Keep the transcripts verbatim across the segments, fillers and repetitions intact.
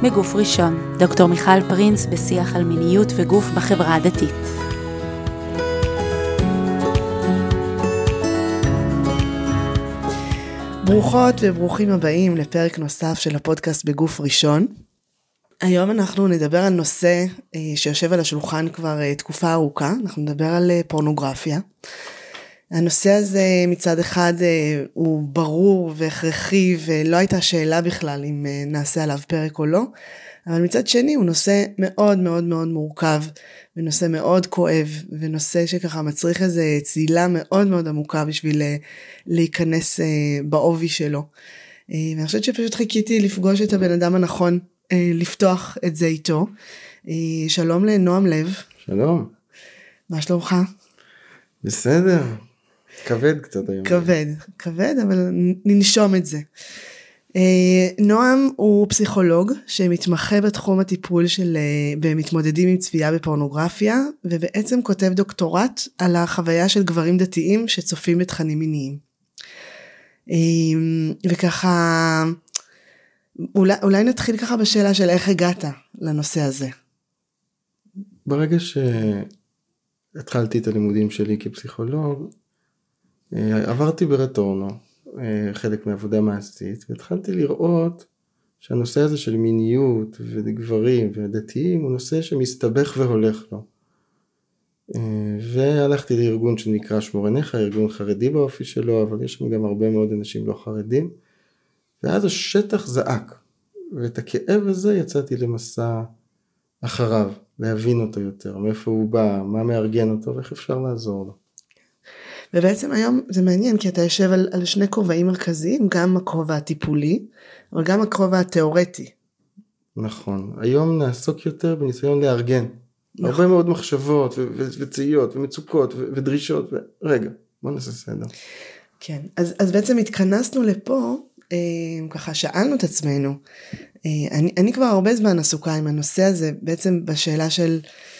בגוף ראשון, דוקטור מיכל פרינס בשיח על מיניות וגוף בחברה הדתית. ברוכות וברוכים הבאים לפרק נוסף של הפודקאסט בגוף ראשון. היום אנחנו נדבר על נושא שיושב על השולחן כבר תקופה ארוכה, אנחנו נדבר על פורנוגרפיה. הנושא הזה מצד אחד הוא ברור והכרחי ולא הייתה שאלה בכלל אם נעשה עליו פרק או לא, אבל מצד שני הוא נושא מאוד מאוד מאוד מורכב ונושא מאוד כואב ונושא שככה מצריך איזה צלילה מאוד מאוד עמוקה בשביל להיכנס בעובי שלו. ואני חושבת שפשוט חיכיתי לפגוש את הבן אדם הנכון לפתוח את זה איתו. שלום לנועם לב. שלום. מה שלומך? בסדר. כבד קצת היום. כבד, כבד, אבל ננשום את זה. נועם הוא פסיכולוג שמתמחה בתחום הטיפול של במתמודדים עם צפייה בפורנוגרפיה, ובעצם כותב דוקטורט על החוויה של גברים דתיים שצופים בתכנים מיניים. וככה, אולי, אולי נתחיל ככה בשאלה של איך הגעת לנושא הזה. ברגע שהתחלתי את הלימודים שלי כפסיכולוג, עברתי ברטורנו, חלק מעבודה מעשית, והתחלתי לראות שהנושא הזה של מיניות וגברים ודתיים הוא נושא שמסתבך והולך לו. והלכתי לארגון שנקרא שמור עיניך, ארגון חרדי באופי שלו, אבל יש שם גם הרבה מאוד אנשים לא חרדים, ואז השטח זעק, ואת הכאב הזה יצאתי למסע אחריו, להבין אותו יותר, מאיפה הוא בא, מה מארגן אותו ואיך אפשר לעזור לו. ובעצם היום זה מעניין, כי אתה יושב על, על שני כובעים מרכזיים, גם הכובע הטיפולי, אבל גם הכובע התיאורטי. נכון, היום נעסוק יותר בניסיון לארגן. נכון. הרבה מאוד מחשבות ו- ו- וצעיות ומצוקות ו- ודרישות, ו- רגע, בוא נעשה סדר. כן, אז, אז בעצם התכנסנו לפה, אה, ככה שאלנו את עצמנו, אה, אני, אני כבר הרבה זמן עסוקה עם הנושא הזה, בעצם בשאלה של,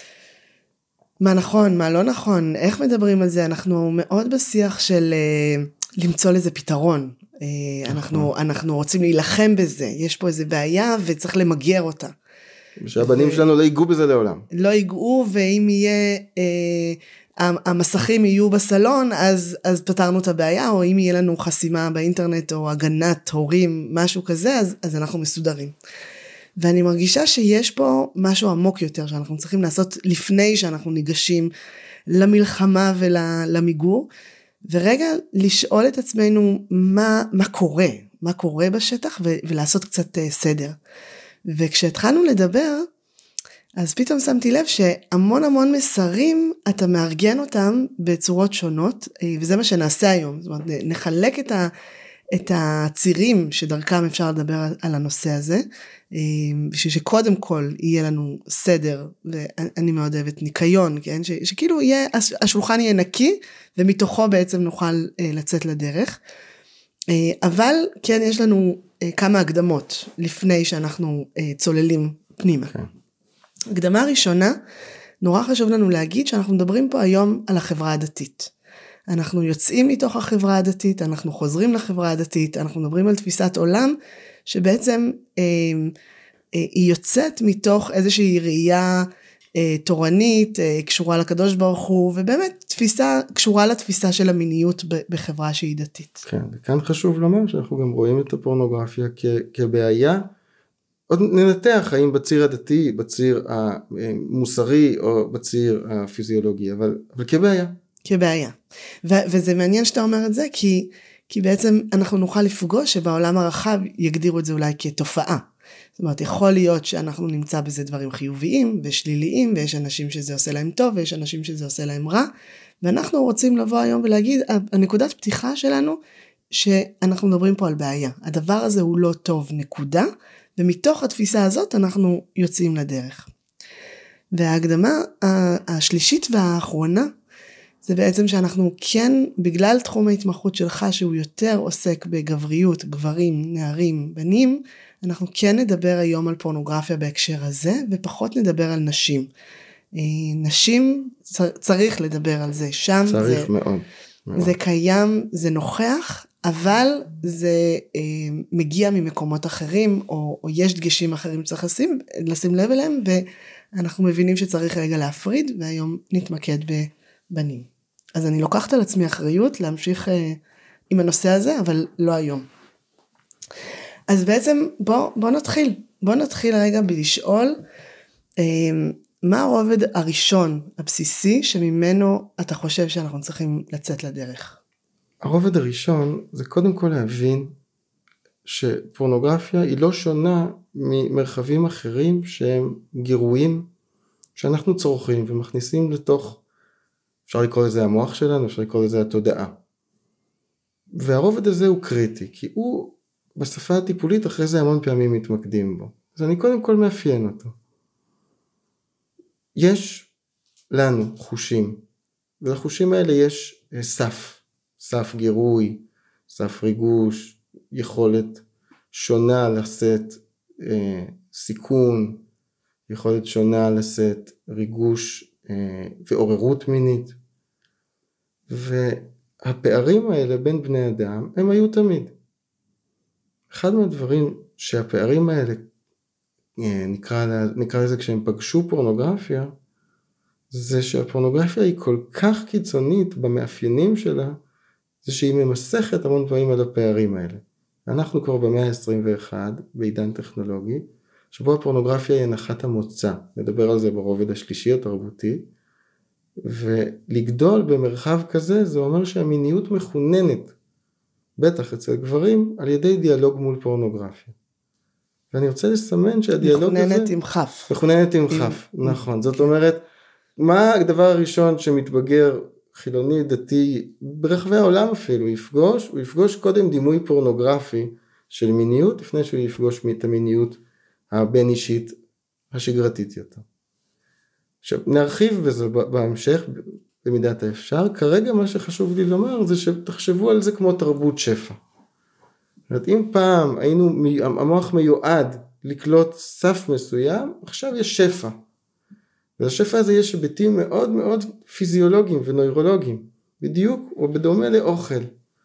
מה נכון, מה לא נכון, איך מדברים על זה, אנחנו מאוד בשיח של אה, למצוא לזה פתרון, אה, אנחנו, אנחנו רוצים להילחם בזה, יש פה איזה בעיה וצריך למגר אותה. שהבנים ו... שלנו לא ייגעו בזה לעולם. לא ייגעו, ואם יהיה, אה, המסכים יהיו בסלון, אז, אז פתרנו את הבעיה, או אם יהיה לנו חסימה באינטרנט, או הגנת הורים, משהו כזה, אז, אז אנחנו מסודרים. ואני מרגישה שיש פה משהו עמוק יותר שאנחנו צריכים לעשות לפני שאנחנו ניגשים למלחמה ולמיגור, ורגע לשאול את עצמנו מה, מה קורה, מה קורה בשטח ולעשות קצת סדר. וכשהתחלנו לדבר, אז פתאום שמתי לב שהמון המון מסרים אתה מארגן אותם בצורות שונות, וזה מה שנעשה היום, זאת אומרת נחלק את ה... את הצירים שדרכם אפשר לדבר על הנושא הזה, בשביל שקודם כל יהיה לנו סדר, ואני מאוד אוהבת ניקיון, כן? ש, שכאילו יהיה, השולחן יהיה נקי, ומתוכו בעצם נוכל לצאת לדרך, אבל כן יש לנו כמה הקדמות, לפני שאנחנו צוללים פנימה. Okay. הקדמה ראשונה, נורא חשוב לנו להגיד שאנחנו מדברים פה היום על החברה הדתית, אנחנו יוצאים מתוך החברה הדתית, אנחנו חוזרים לחברה הדתית, אנחנו מדברים על תפיסת עולם, שבעצם אה, אה, היא יוצאת מתוך איזושהי ראייה אה, תורנית, אה, קשורה לקדוש ברוך הוא, ובאמת תפיסה, קשורה לתפיסה של המיניות בחברה שהיא דתית. כן, וכאן חשוב לומר שאנחנו גם רואים את הפורנוגרפיה כ, כבעיה, עוד ננתח האם בציר הדתי, בציר המוסרי, או בציר הפיזיולוגי, אבל, אבל כבעיה. כבעיה. ו- וזה מעניין שאתה אומר את זה, כי, כי בעצם אנחנו נוכל לפגוש שבעולם הרחב יגדירו את זה אולי כתופעה. זאת אומרת, יכול להיות שאנחנו נמצא בזה דברים חיוביים ושליליים, ויש אנשים שזה עושה להם טוב, ויש אנשים שזה עושה להם רע, ואנחנו רוצים לבוא היום ולהגיד, הנקודת פתיחה שלנו, שאנחנו מדברים פה על בעיה. הדבר הזה הוא לא טוב, נקודה, ומתוך התפיסה הזאת אנחנו יוצאים לדרך. וההקדמה השלישית והאחרונה, זה בעצם שאנחנו כן, בגלל תחום ההתמחות שלך, שהוא יותר עוסק בגבריות, גברים, נערים, בנים, אנחנו כן נדבר היום על פורנוגרפיה בהקשר הזה, ופחות נדבר על נשים. נשים, צריך לדבר על זה, שם צריך זה, מאוד, מאוד. זה קיים, זה נוכח, אבל זה אה, מגיע ממקומות אחרים, או, או יש דגשים אחרים שצריך לשים, לשים לב אליהם, ואנחנו מבינים שצריך רגע להפריד, והיום נתמקד בבנים. אז אני לוקחת על עצמי אחריות להמשיך אה, עם הנושא הזה, אבל לא היום. אז בעצם בוא, בוא נתחיל, בוא נתחיל רגע בלשאול, אה, מה הרובד הראשון, הבסיסי, שממנו אתה חושב שאנחנו צריכים לצאת לדרך? הרובד הראשון זה קודם כל להבין שפורנוגרפיה היא לא שונה ממרחבים אחרים שהם גירויים שאנחנו צורכים ומכניסים לתוך, אפשר לקרוא לזה המוח שלנו, אפשר לקרוא לזה התודעה. והרובד הזה הוא קריטי, כי הוא בשפה הטיפולית אחרי זה המון פעמים מתמקדים בו. אז אני קודם כל מאפיין אותו. יש לנו חושים, ולחושים האלה יש סף, סף גירוי, סף ריגוש, יכולת שונה לשאת אה, סיכון, יכולת שונה לשאת ריגוש אה, ועוררות מינית. והפערים האלה בין בני אדם הם היו תמיד. אחד מהדברים שהפערים האלה נקרא, נקרא לזה כשהם פגשו פורנוגרפיה, זה שהפורנוגרפיה היא כל כך קיצונית במאפיינים שלה, זה שהיא ממסכת המון פעמים על הפערים האלה. אנחנו כבר במאה ה-עשרים ואחת, בעידן טכנולוגי, שבו הפורנוגרפיה היא הנחת המוצא, נדבר על זה ברובד השלישי התרבותי, ולגדול במרחב כזה, זה אומר שהמיניות מכוננת, בטח אצל גברים, על ידי דיאלוג מול פורנוגרפיה. ואני רוצה לסמן שהדיאלוג הזה... מכוננת עם חף. מכוננת עם חף, נכון. זאת אומרת, מה הדבר הראשון שמתבגר חילוני, דתי, ברחבי העולם אפילו, יפגוש? הוא יפגוש קודם דימוי פורנוגרפי של מיניות, לפני שהוא יפגוש את המיניות הבין אישית השגרתית יותר. עכשיו, נרחיב בזה בהמשך, במידת האפשר. כרגע מה שחשוב לי לומר זה שתחשבו על זה כמו תרבות שפע. זאת אומרת, אם פעם היינו, המוח מיועד לקלוט סף מסוים, עכשיו יש שפע. ולשפע הזה יש היבטים מאוד מאוד פיזיולוגיים ונוירולוגיים. בדיוק או בדומה לאוכל.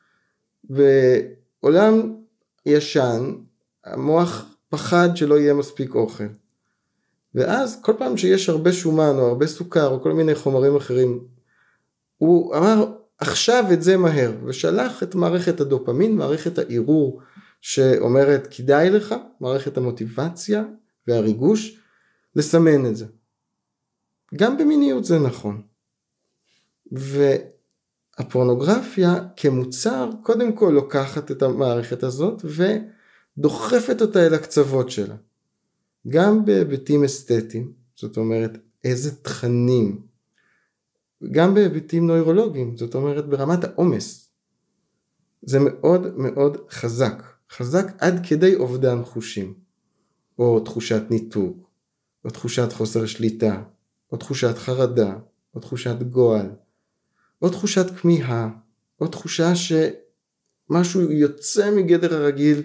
בעולם ישן, המוח פחד שלא יהיה מספיק אוכל. ואז כל פעם שיש הרבה שומן או הרבה סוכר או כל מיני חומרים אחרים, הוא אמר עכשיו את זה מהר, ושלח את מערכת הדופמין, מערכת העירור שאומרת כדאי לך, מערכת המוטיבציה והריגוש, לסמן את זה. גם במיניות זה נכון. והפורנוגרפיה כמוצר קודם כל לוקחת את המערכת הזאת ודוחפת אותה אל הקצוות שלה. גם בהיבטים אסתטיים, זאת אומרת איזה תכנים, גם בהיבטים נוירולוגיים, זאת אומרת ברמת העומס. זה מאוד מאוד חזק, חזק עד כדי אובדן חושים, או תחושת ניתוק, או תחושת חוסר שליטה, או תחושת חרדה, או תחושת גועל, או תחושת כמיהה, או תחושה שמשהו יוצא מגדר הרגיל,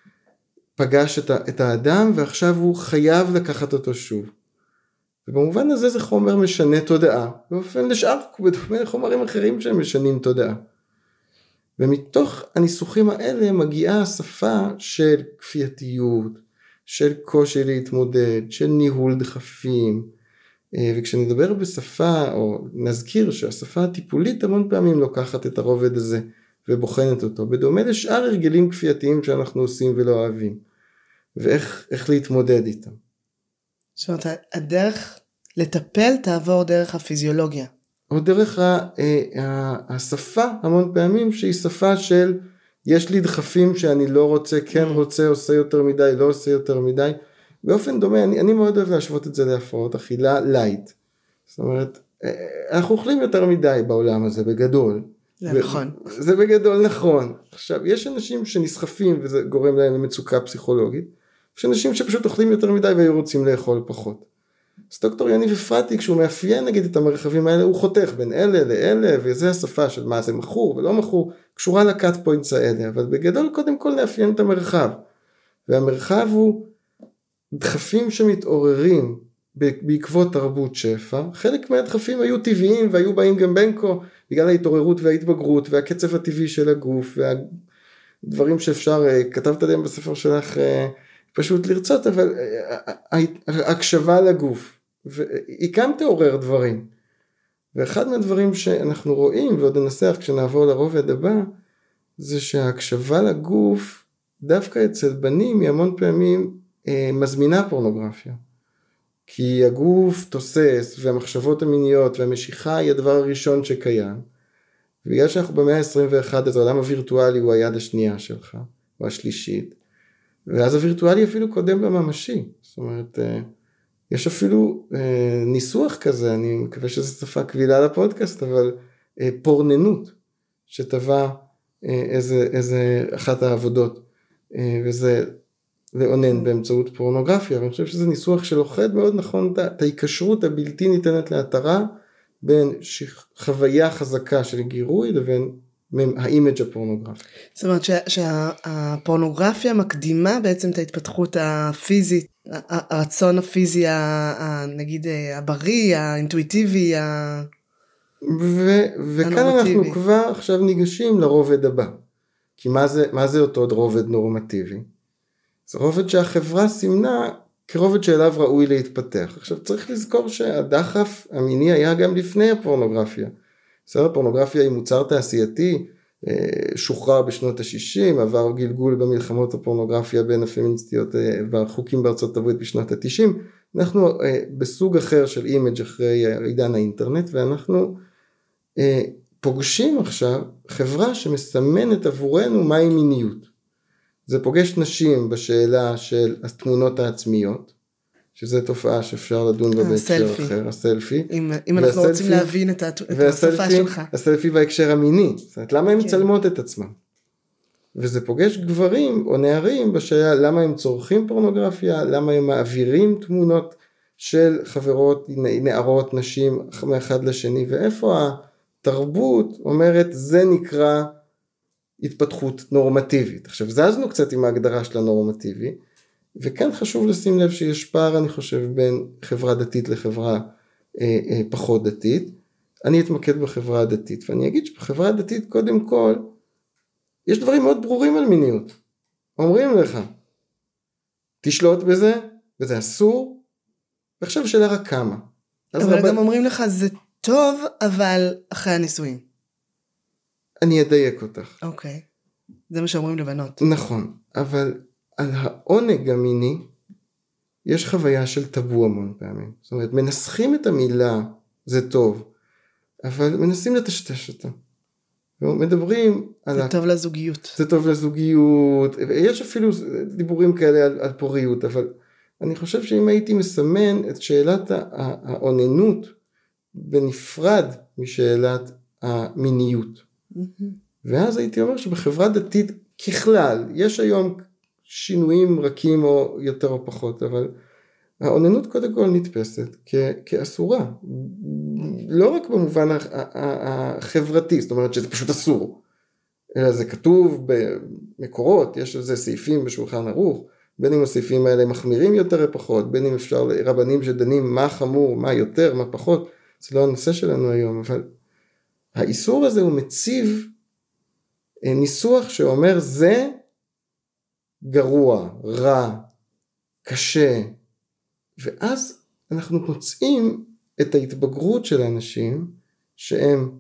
פגש את האדם ועכשיו הוא חייב לקחת אותו שוב. ובמובן הזה זה חומר משנה תודעה, באופן לשאר, בדומה לחומרים אחרים שהם משנים תודעה. ומתוך הניסוחים האלה מגיעה השפה של כפייתיות, של קושי להתמודד, של ניהול דחפים, וכשנדבר בשפה, או נזכיר שהשפה הטיפולית המון פעמים לוקחת את הרובד הזה ובוחנת אותו, בדומה לשאר הרגלים כפייתיים שאנחנו עושים ולא אוהבים, ואיך איך להתמודד איתם. זאת אומרת, הדרך לטפל תעבור דרך הפיזיולוגיה. או דרך ה, ה, השפה המון פעמים שהיא שפה של יש לי דחפים שאני לא רוצה, כן רוצה, עושה יותר מדי, לא עושה יותר מדי. באופן דומה, אני, אני מאוד אוהב להשוות את זה להפרעות אכילה לייט. זאת אומרת, אנחנו אוכלים יותר מדי בעולם הזה בגדול. זה נכון. זה בגדול נכון. עכשיו, יש אנשים שנסחפים וזה גורם להם למצוקה פסיכולוגית. יש אנשים שפשוט אוכלים יותר מדי והיו רוצים לאכול פחות. אז דוקטור יניב אפרתי, כשהוא מאפיין נגיד את המרחבים האלה, הוא חותך בין אלה לאלה, וזה השפה של מה זה מכור ולא מכור, קשורה לקאט פוינטס האלה, אבל בגדול קודם כל נאפיין את המרחב. והמרחב הוא דחפים שמתעוררים בעקבות תרבות שפע, חלק מהדחפים היו טבעיים והיו באים גם בנקו, בגלל ההתעוררות וההתבגרות והקצב הטבעי של הגוף דברים שאפשר, כתבת עליהם בספר שלך, פשוט לרצות, אבל הקשבה לגוף, והיא גם תעורר דברים, ואחד מהדברים שאנחנו רואים, ועוד ננסח כשנעבור לרובד הבא, זה שההקשבה לגוף, דווקא אצל בנים, היא המון פעמים מזמינה פורנוגרפיה, כי הגוף תוסס, והמחשבות המיניות, והמשיכה היא הדבר הראשון שקיים, ובגלל שאנחנו במאה ה-עשרים ואחת, אז העולם הווירטואלי הוא היד השנייה שלך, או השלישית, ואז הווירטואלי אפילו קודם בממשי, זאת אומרת, יש אפילו ניסוח כזה, אני מקווה שזו שפה קבילה לפודקאסט, אבל פורננות, שטבע איזה, איזה אחת העבודות, וזה לעונן באמצעות פורנוגרפיה, ואני חושב שזה ניסוח שלוחד מאוד נכון, את ההיקשרות הבלתי ניתנת להתרה, בין חוויה חזקה של גירוי לבין האימג' הפורנוגרפי. זאת אומרת שהפורנוגרפיה מקדימה בעצם את ההתפתחות הפיזית, הרצון הפיזי, נגיד הבריא, האינטואיטיבי, וכאן אנחנו כבר עכשיו ניגשים לרובד הבא. כי מה זה, מה זה אותו רובד נורמטיבי? זה רובד שהחברה סימנה כרובד שאליו ראוי להתפתח. עכשיו צריך לזכור שהדחף המיני היה גם לפני הפורנוגרפיה. בסדר, הפורנוגרפיה היא מוצר תעשייתי, שוחרר בשנות ה-שישים, עבר גלגול במלחמות הפורנוגרפיה בין הפמיניסטיות והחוקים בארצות הברית בשנות ה-תשעים. אנחנו בסוג אחר של אימג' אחרי עידן האינטרנט, ואנחנו פוגשים עכשיו חברה שמסמנת עבורנו מהי מיניות. זה פוגש נשים בשאלה של התמונות העצמיות, שזה תופעה שאפשר לדון בה בהקשר אחר, הסלפי. אם, אם אנחנו רוצים להבין את, את השפה שלך. הסלפי בהקשר המיני, זאת אומרת, למה הן מצלמות את עצמם? וזה פוגש גברים או נערים בשאלה למה הם צורכים פורנוגרפיה, למה הם מעבירים תמונות של חברות, נערות, נשים מאחד לשני, ואיפה התרבות אומרת זה נקרא התפתחות נורמטיבית. עכשיו זזנו קצת עם ההגדרה של הנורמטיבי, וכאן חשוב לשים לב שיש פער אני חושב בין חברה דתית לחברה אה, אה, פחות דתית. אני אתמקד בחברה הדתית, ואני אגיד שבחברה הדתית קודם כל, יש דברים מאוד ברורים על מיניות. אומרים לך, תשלוט בזה, וזה אסור, ועכשיו שאלה רק כמה. אבל רב... גם אומרים לך, זה טוב, אבל אחרי הנישואים. אני אדייק אותך. אוקיי. זה מה שאומרים לבנות. נכון, אבל על העונג המיני, יש חוויה של טאבו המון פעמים. זאת אומרת, מנסחים את המילה, זה טוב, אבל מנסים לטשטש אותה. מדברים על... זה טוב לזוגיות. זה טוב לזוגיות, יש אפילו דיבורים כאלה על, על פוריות, אבל אני חושב שאם הייתי מסמן את שאלת העוננות, בנפרד משאלת המיניות. Mm-hmm. ואז הייתי אומר שבחברה דתית ככלל, יש היום שינויים רכים או יותר או פחות, אבל העוננות קודם כל נתפסת כ- כאסורה. לא רק במובן החברתי, זאת אומרת שזה פשוט אסור, אלא זה כתוב במקורות, יש על זה סעיפים בשולחן ערוך, בין אם הסעיפים האלה מחמירים יותר או פחות, בין אם אפשר לרבנים שדנים מה חמור, מה יותר, מה פחות, זה לא הנושא שלנו היום, אבל האיסור הזה הוא מציב ניסוח שאומר זה גרוע, רע, קשה, ואז אנחנו מוצאים את ההתבגרות של האנשים שהם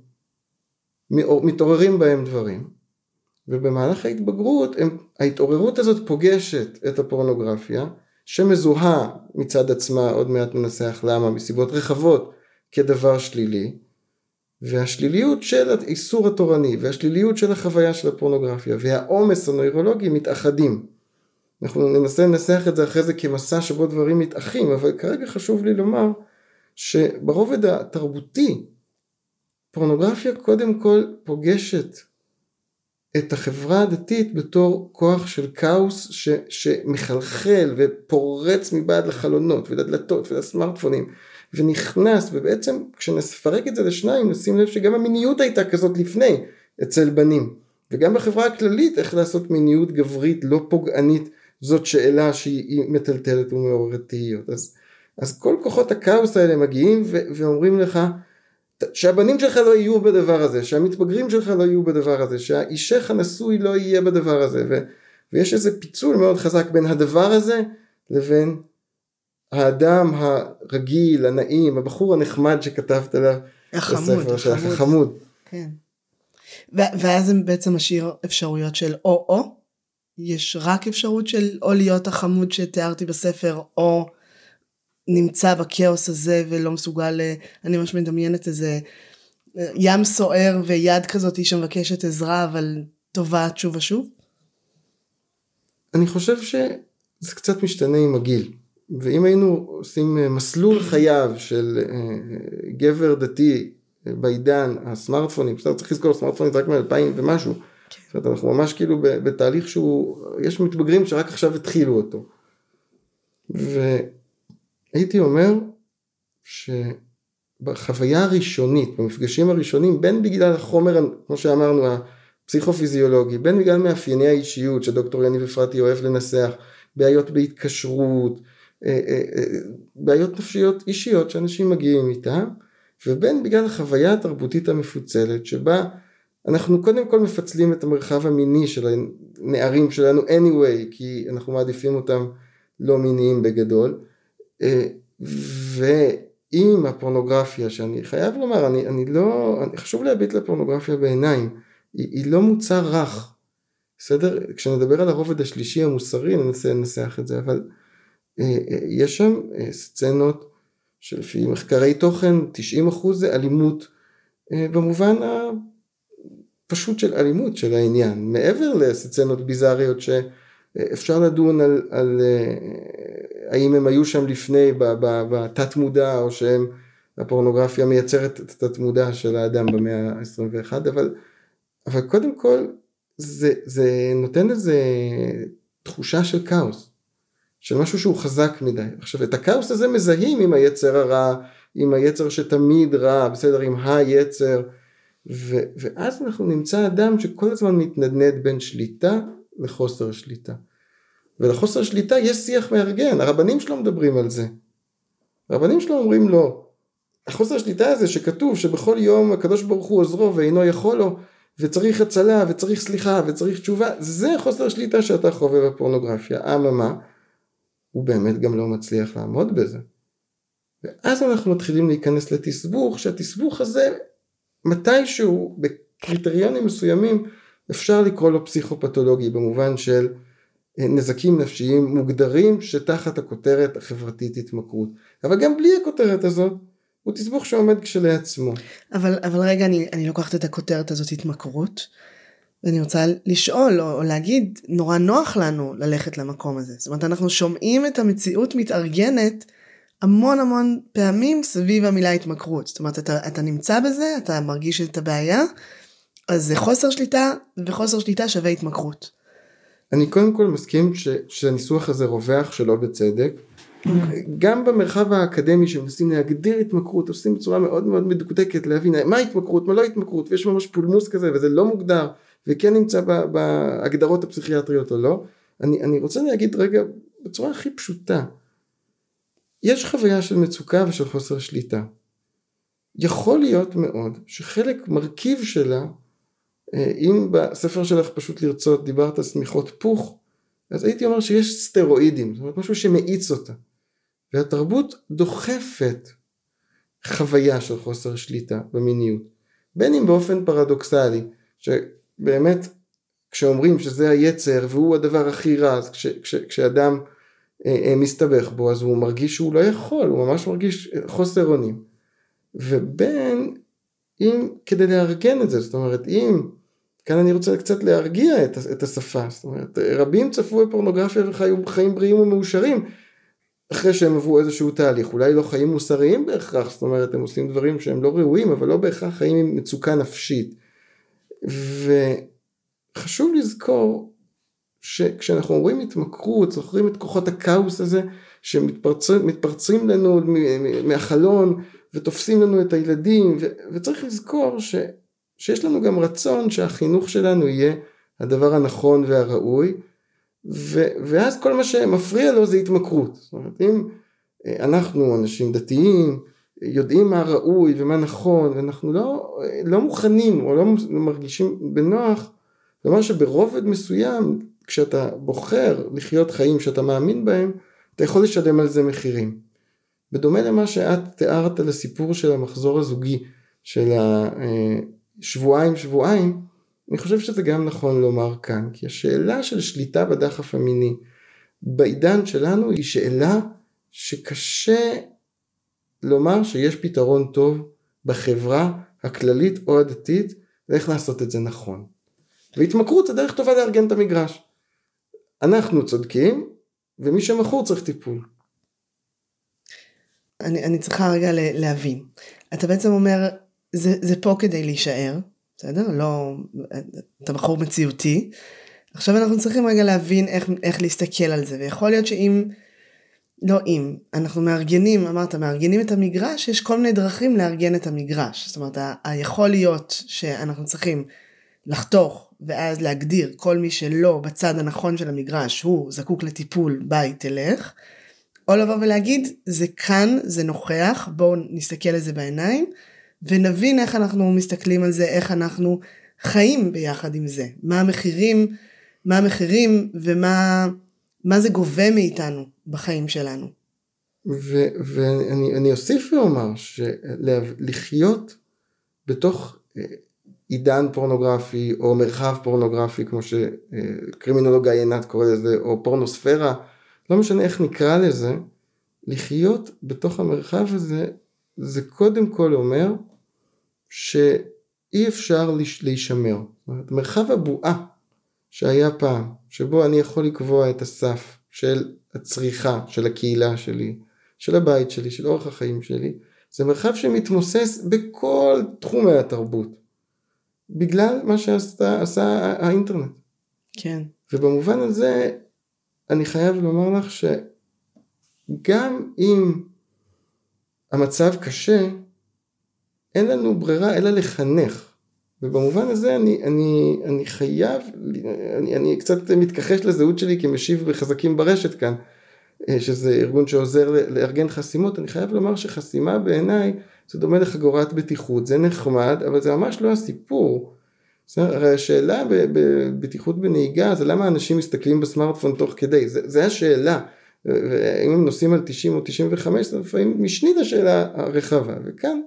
מתעוררים בהם דברים, ובמהלך ההתבגרות הם, ההתעוררות הזאת פוגשת את הפורנוגרפיה שמזוהה מצד עצמה, עוד מעט ננסח למה, מסיבות רחבות כדבר שלילי, והשליליות של האיסור התורני והשליליות של החוויה של הפורנוגרפיה והעומס הנוירולוגי מתאחדים. אנחנו ננסה לנסח את זה אחרי זה כמסע שבו דברים מתאחים, אבל כרגע חשוב לי לומר שברובד התרבותי פורנוגרפיה קודם כל פוגשת את החברה הדתית בתור כוח של כאוס ש, שמחלחל ופורץ מבעד לחלונות ולדלתות ולסמארטפונים ונכנס, ובעצם כשנפרק את זה לשניים נשים לב שגם המיניות הייתה כזאת לפני אצל בנים, וגם בחברה הכללית איך לעשות מיניות גברית לא פוגענית, זאת שאלה שהיא מטלטלת ומעוררת תהיות. אז, אז כל כוחות הכאוס האלה מגיעים ו- ואומרים לך שהבנים שלך לא יהיו בדבר הזה, שהמתבגרים שלך לא יהיו בדבר הזה, שהאישך הנשוי לא יהיה בדבר הזה, ו, ויש איזה פיצול מאוד חזק בין הדבר הזה, לבין האדם הרגיל, הנעים, הבחור הנחמד שכתבת עליו, החמוד, בספר שלך, החמוד. החמוד. כן. ו- ואז זה בעצם משאיר אפשרויות של או-או, יש רק אפשרות של או להיות החמוד שתיארתי בספר, או נמצא בכאוס הזה ולא מסוגל, אני ממש מדמיינת איזה ים סוער ויד כזאת שמבקשת עזרה, אבל טובעת שוב ושוב. אני חושב שזה קצת משתנה עם הגיל, ואם היינו עושים מסלול חייו של גבר דתי בעידן הסמארטפונים, צריך לזכור סמארטפונים רק מ-אלפיים ומשהו, זאת אומרת, אנחנו ממש כאילו בתהליך שהוא, יש מתבגרים שרק עכשיו התחילו אותו, והייתי אומר שבחוויה הראשונית, במפגשים הראשונים, בין בגלל החומר, כמו שאמרנו, הפסיכופיזיולוגי, בין בגלל מאפייני האישיות שדוקטור יניב אפרתי אוהב לנסח, בעיות בהתקשרות, בעיות נפשיות אישיות שאנשים מגיעים איתם, ובין בגלל החוויה התרבותית המפוצלת שבה אנחנו קודם כל מפצלים את המרחב המיני של הנערים שלנו anyway, כי אנחנו מעדיפים אותם לא מיניים בגדול, ועם הפורנוגרפיה שאני חייב לומר, אני, אני לא, אני, חשוב להביט לפורנוגרפיה בעיניים, היא, היא לא מוצר רך, בסדר? כשנדבר על הרובד השלישי המוסרי ננסה לנסח את זה, אבל יש שם סצנות שלפי מחקרי תוכן תשעים אחוז זה אלימות במובן הפשוט של אלימות של העניין, מעבר לסצנות ביזריות שאפשר לדון על, על האם הם היו שם לפני בתת מודע, או שהם הפורנוגרפיה מייצרת את התת מודע של האדם במאה ה-עשרים ואחת, אבל, אבל קודם כל זה, זה נותן איזה תחושה של כאוס, של משהו שהוא חזק מדי. עכשיו, את הכאוס הזה מזהים עם היצר הרע, עם היצר שתמיד רע, בסדר, עם היצר, ו- ואז אנחנו נמצא אדם שכל הזמן מתנדנד בין שליטה לחוסר שליטה. ולחוסר שליטה יש שיח מארגן, הרבנים שלו מדברים על זה. הרבנים שלו אומרים לו, החוסר שליטה הזה שכתוב שבכל יום הקדוש ברוך הוא עוזרו ואינו יכול לו, וצריך הצלה וצריך סליחה וצריך תשובה, זה חוסר שליטה שאתה חווה בפורנוגרפיה. אממה, הוא באמת גם לא מצליח לעמוד בזה. ואז אנחנו מתחילים להיכנס לתסבוך, שהתסבוך הזה מתישהו בקריטריונים מסוימים אפשר לקרוא לו פסיכופתולוגי, במובן של נזקים נפשיים מוגדרים שתחת הכותרת החברתית התמכרות. אבל גם בלי הכותרת הזאת, הוא תסבוך שעומד כשלעצמו. אבל, אבל רגע, אני, אני לוקחת את הכותרת הזאת התמכרות, ואני רוצה לשאול או, או להגיד, נורא נוח לנו ללכת למקום הזה. זאת אומרת, אנחנו שומעים את המציאות מתארגנת המון המון פעמים סביב המילה התמכרות. זאת אומרת, אתה, אתה נמצא בזה, אתה מרגיש את הבעיה, אז זה חוסר שליטה, וחוסר שליטה שווה התמכרות. אני קודם כל מסכים ש, שהניסוח הזה רווח שלא בצדק, גם במרחב האקדמי שמנסים להגדיר התמכרות, עושים בצורה מאוד מאוד מדוקדקת להבין מה התמכרות, מה לא התמכרות, ויש ממש פולמוס כזה, וזה לא מוגדר, וכן נמצא בהגדרות הפסיכיאטריות או לא. אני, אני רוצה להגיד רגע בצורה הכי פשוטה, יש חוויה של מצוקה ושל חוסר שליטה. יכול להיות מאוד שחלק מרכיב שלה, אם בספר שלך פשוט לרצות דיברת על סמיכות פוך, אז הייתי אומר שיש סטרואידים, זאת אומרת משהו שמאיץ אותה. והתרבות דוחפת חוויה של חוסר שליטה במיניות. בין אם באופן פרדוקסלי, שבאמת כשאומרים שזה היצר והוא הדבר הכי רע, אז כש, כש, כשאדם אה, אה, מסתבך בו, אז הוא מרגיש שהוא לא יכול, הוא ממש מרגיש חוסר אונים. ובין אם כדי לארגן את זה, זאת אומרת אם, כאן אני רוצה קצת להרגיע את, את השפה, זאת אומרת רבים צפו בפורנוגרפיה וחיו חיים בריאים ומאושרים, אחרי שהם עברו איזשהו תהליך, אולי לא חיים מוסריים בהכרח, זאת אומרת הם עושים דברים שהם לא ראויים, אבל לא בהכרח חיים עם מצוקה נפשית. וחשוב לזכור שכשאנחנו אומרים התמכרות, זוכרים את כוחות הכאוס הזה שמתפרצים מתפרצים לנו מהחלון ותופסים לנו את הילדים, ו, וצריך לזכור ש, שיש לנו גם רצון שהחינוך שלנו יהיה הדבר הנכון והראוי, ו, ואז כל מה שמפריע לו זה התמכרות. זאת אומרת, אם אנחנו אנשים דתיים, יודעים מה ראוי ומה נכון, ואנחנו לא, לא מוכנים או לא מרגישים בנוח, לומר שברובד מסוים, כשאתה בוחר לחיות חיים שאתה מאמין בהם, אתה יכול לשלם על זה מחירים. בדומה למה שאת תיארת לסיפור של המחזור הזוגי, של השבועיים שבועיים, אני חושב שזה גם נכון לומר כאן, כי השאלה של שליטה בדחף המיני, בעידן שלנו היא שאלה שקשה לומר שיש פתרון טוב בחברה הכללית או הדתית, ואיך לעשות את זה נכון. והתמכרות זה דרך טובה לארגן את המגרש. אנחנו צודקים, ומי שמכור צריך טיפול. אני, אני צריכה רגע להבין. אתה בעצם אומר, זה, זה פה כדי להישאר, בסדר? לא, אתה בחור מציאותי. עכשיו אנחנו צריכים רגע להבין איך, איך להסתכל על זה, ויכול להיות שאם, לא אם, אנחנו מארגנים, אמרת, מארגנים את המגרש, יש כל מיני דרכים לארגן את המגרש. זאת אומרת, היכול להיות שאנחנו צריכים לחתוך, ואז להגדיר כל מי שלא בצד הנכון של המגרש, הוא זקוק לטיפול, ביי, תלך, או לבוא ולהגיד, זה כאן, זה נוכח, בואו נסתכל על זה בעיניים, ונבין איך אנחנו מסתכלים על זה, איך אנחנו חיים ביחד עם זה, מה המחירים, מה המחירים, ומה מה זה גובה מאיתנו בחיים שלנו. ו- ואני אני אוסיף ואומר, שלחיות בתוך עידן פורנוגרפי, או מרחב פורנוגרפי, כמו שקרימינולוג עיינת קורא לזה, או פורנוספירה, לא משנה איך נקרא לזה, לחיות בתוך המרחב הזה, זה קודם כל אומר, שאי אפשר להישמר. זאת אומרת, מרחב הבועה שהיה פעם, שבו אני יכול לקבוע את הסף של הצריכה, של הקהילה שלי, של הבית שלי, של אורח החיים שלי, זה מרחב שמתמוסס בכל תחומי התרבות, בגלל מה שעשה האינטרנט. כן. ובמובן הזה, אני חייב לומר לך שגם אם המצב קשה, אין לנו ברירה אלא לחנך. ובמובן הזה אני, אני, אני חייב, אני, אני קצת מתכחש לזהות שלי כמשיב בחזקים ברשת כאן, שזה ארגון שעוזר לארגן חסימות. אני חייב לומר שחסימה בעיניי זה דומה לחגורת בטיחות, זה נחמד, אבל זה ממש לא הסיפור. הרי השאלה בבטיחות בנהיגה זה למה אנשים מסתכלים בסמארטפון תוך כדי, זה, זה השאלה. אם הם נוסעים על תשעים או תשעים וחמש, זה לפעמים משנית השאלה הרחבה, וכאן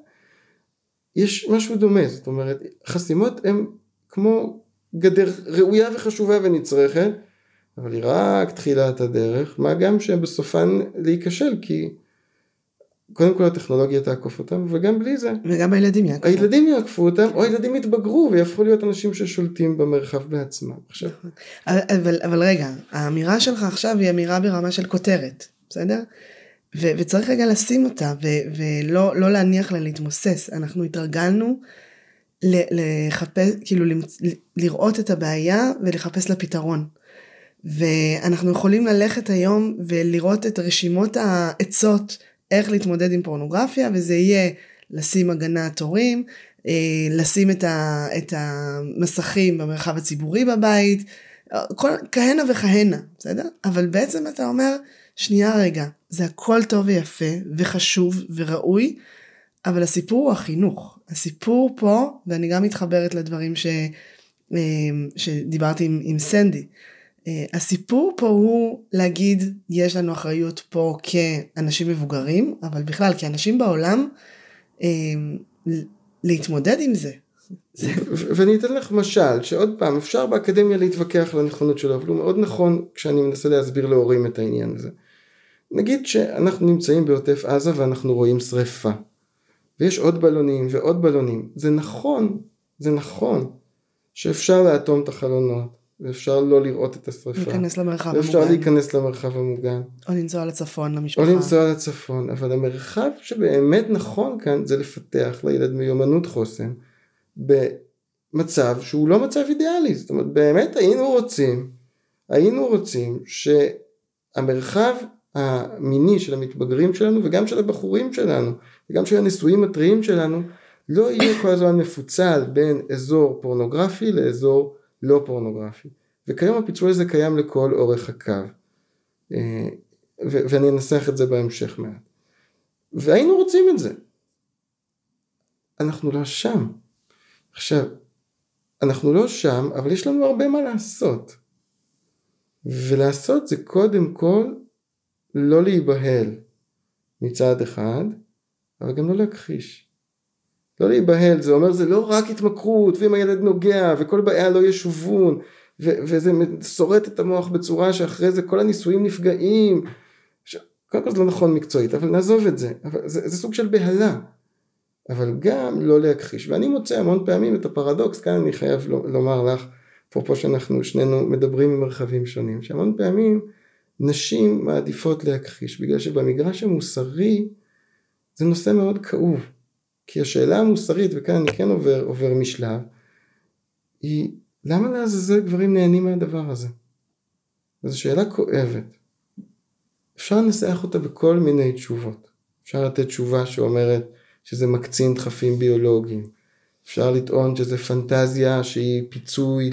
יש משהו דומה. זאת אומרת, חסימות הן כמו גדר ראויה וחשובה ונצרכת, אבל היא רק תחילת הדרך, מה גם שבסופן להיכשל, כי קודם כל הטכנולוגיה תעקוף אותם, וגם בלי זה. וגם הילדים יעקפו. הילדים יעקפו אותם, או הילדים יתבגרו, ויהפכו להיות אנשים ששולטים במרחב בעצמם. עכשיו. אבל, אבל רגע, האמירה שלך עכשיו היא אמירה ברמה של כותרת, בסדר? ו- וצריך רגע לשים אותה, ו- ולא לא להניח לה להתמוסס. אנחנו התרגלנו לחפש, כאילו לראות את הבעיה, ולחפש לה פתרון. ואנחנו יכולים ללכת היום, ולראות את רשימות העצות, איך להתמודד עם פורנוגרפיה, וזה יהיה לשים הגנת הורים, לשים את, ה, את המסכים במרחב הציבורי בבית, כל, כהנה וכהנה, בסדר? אבל בעצם אתה אומר, שנייה רגע, זה הכל טוב ויפה, וחשוב וראוי, אבל הסיפור הוא החינוך. הסיפור פה, ואני גם מתחברת לדברים ש, שדיברתי עם, עם סנדי, הסיפור פה הוא להגיד, יש לנו אחריות פה כאנשים מבוגרים, אבל בכלל כאנשים בעולם, להתמודד עם זה. ואני אתן לך משל, שעוד פעם אפשר באקדמיה להתווכח על הנכונות שלו, אבל הוא מאוד נכון כשאני מנסה להסביר להורים את העניין הזה. נגיד שאנחנו נמצאים בעוטף עזה ואנחנו רואים שריפה, ויש עוד בלונים ועוד בלונים. זה נכון, זה נכון שאפשר לאטום את החלונות, ואפשר לא לראות את השריפה. להיכנס למרחב המוגן. ואפשר להיכנס למרחב המוגן. או לנסוע לצפון למשפחה. או לנסוע לצפון, אבל המרחב שבאמת נכון כאן, זה לפתח לילד מיומנות חוסן, במצב שהוא לא מצב אידיאלי. זאת אומרת, באמת היינו רוצים, היינו רוצים שהמרחב המיני של המתבגרים שלנו, וגם של הבחורים שלנו, וגם של הנישואים הטריים שלנו, לא יהיה כל הזמן מפוצל בין אזור פורנוגרפי לאזור לא פורנוגרפי. וכיום הפיצול הזה קיים לכל אורך הקו. ו- ואני אנסח את זה בהמשך מעט. והיינו רוצים את זה. אנחנו לא שם. עכשיו, אנחנו לא שם, אבל יש לנו הרבה מה לעשות. ולעשות זה קודם כל לא להיבהל מצד אחד, אבל גם לא להכחיש. לא להיבהל, זה אומר זה לא רק התמכרות, ואם הילד נוגע, וכל בעיה לא ישובון, ו- וזה שורט את המוח בצורה שאחרי זה כל הניסויים נפגעים. קודם כל זה לא נכון מקצועית, אבל נעזוב את זה. אבל זה, זה סוג של בהלה. אבל גם לא להכחיש. ואני מוצא המון פעמים את הפרדוקס, כאן אני חייב לומר לך, אפרופו שאנחנו שנינו מדברים ממרחבים שונים, שהמון פעמים נשים מעדיפות להכחיש, בגלל שבמגרש המוסרי זה נושא מאוד כאוב. כי השאלה המוסרית, וכאן אני כן עובר, עובר משלב, היא למה לעזאזל גברים נהנים מהדבר הזה? וזו שאלה כואבת. אפשר לנסח אותה בכל מיני תשובות. אפשר לתת תשובה שאומרת שזה מקצין דחפים ביולוגיים. אפשר לטעון שזה פנטזיה שהיא פיצוי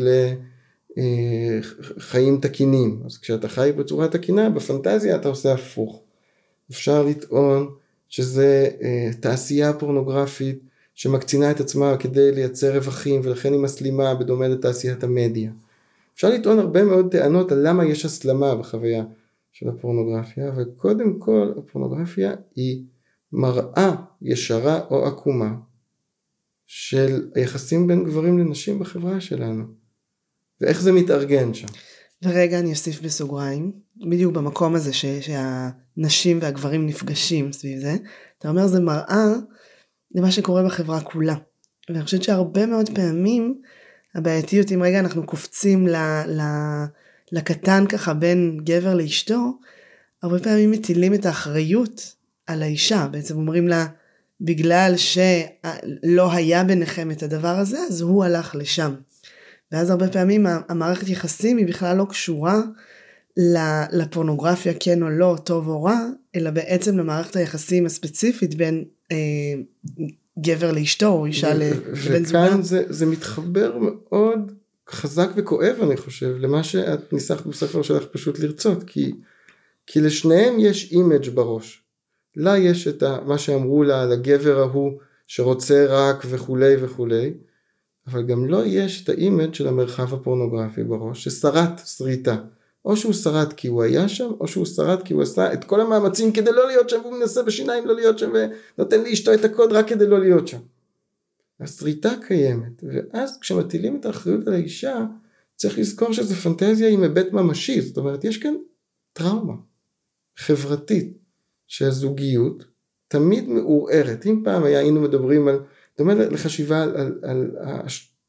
לחיים תקינים. אז כשאתה חי בצורה תקינה, בפנטזיה אתה עושה הפוך. אפשר לטעון שזה תעשייה פורנוגרפית שמקצינה את עצמה כדי לייצר רווחים, ולכן היא מסלימה בדומה לתעשיית המדיה. אפשר לטעון הרבה מאוד טענות על למה יש הסלמה בחוויה של הפורנוגרפיה, אבל קודם כל הפורנוגרפיה היא מראה ישרה או עקומה של היחסים בין גברים לנשים בחברה שלנו, ואיך זה מתארגן שם. ורגע אני אוסיף בסוגריים, בדיוק במקום הזה ש, שהנשים והגברים נפגשים סביב זה, אתה אומר זה מראה למה שקורה בחברה כולה. ואני חושבת שהרבה מאוד פעמים הבעייתיות, אם רגע אנחנו קופצים ל, ל, לקטן ככה בין גבר לאשתו, הרבה פעמים מטילים את האחריות על האישה, בעצם אומרים לה, בגלל שלא היה ביניכם את הדבר הזה, אז הוא הלך לשם. ואז הרבה פעמים המערכת יחסים היא בכלל לא קשורה לפורנוגרפיה כן או לא, טוב או רע, אלא בעצם למערכת היחסים הספציפית בין אה, גבר לאשתו או אישה לבן זוגה. וכאן זה, זה מתחבר מאוד חזק וכואב אני חושב, למה שאת ניסחת בספר שלך פשוט לרצות, כי, כי לשניהם יש אימג' בראש. לה יש את ה, מה שאמרו לה על הגבר ההוא שרוצה רק וכולי וכולי, אבל גם לא יש את האימג' של המרחב הפורנוגרפי בראש, ששרת שריטה. או שהוא שרת כי הוא היה שם, או שהוא שרת כי הוא עשה את כל המאמצים כדי לא להיות שם, והוא מנסה בשיניים לא להיות שם, ונותן לאשתו את הקוד רק כדי לא להיות שם. השריטה קיימת, ואז כשמטילים את האחריות על האישה, צריך לזכור שזו פנטזיה עם היבט ממשי, זאת אומרת, יש כאן טראומה חברתית, שהזוגיות תמיד מעורערת. אם פעם היה, היינו מדברים על, דומה לחשיבה על, על, על, על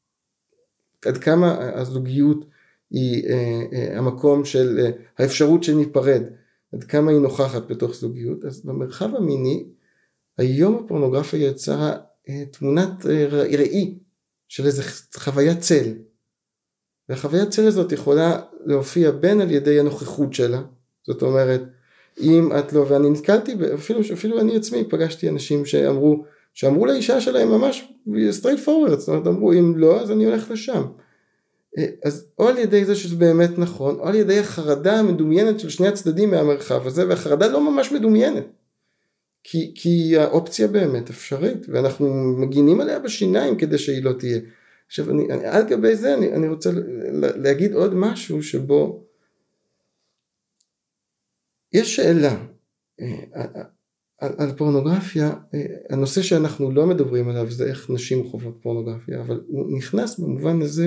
עד כמה הזוגיות היא אה, אה, המקום של אה, האפשרות שניפרד, עד כמה היא נוכחת בתוך זוגיות. אז במרחב המיני, היום הפורנוגרפיה יצרה אה, תמונת אה, ראי של איזו חוויית צל. והחוויית צל הזאת יכולה להופיע בין על ידי הנוכחות שלה, זאת אומרת, אם את לא, ואני נתקלתי, אפילו, אפילו אני עצמי פגשתי אנשים שאמרו, שאמרו לאישה שלהם ממש straight forward, זאת אומרת, אמרו, אם לא, אז אני הולך לשם. אז או על ידי זה שזה באמת נכון, או על ידי החרדה המדומיינת של שני הצדדים מהמרחב הזה, והחרדה לא ממש מדומיינת, כי, כי האופציה באמת אפשרית, ואנחנו מגינים עליה בשיניים כדי שהיא לא תהיה. עכשיו, אני, אני, על גבי זה אני, אני רוצה להגיד עוד משהו שבו, יש שאלה על, על פורנוגרפיה, הנושא שאנחנו לא מדברים עליו זה איך נשים חוות פורנוגרפיה, אבל הוא נכנס במובן הזה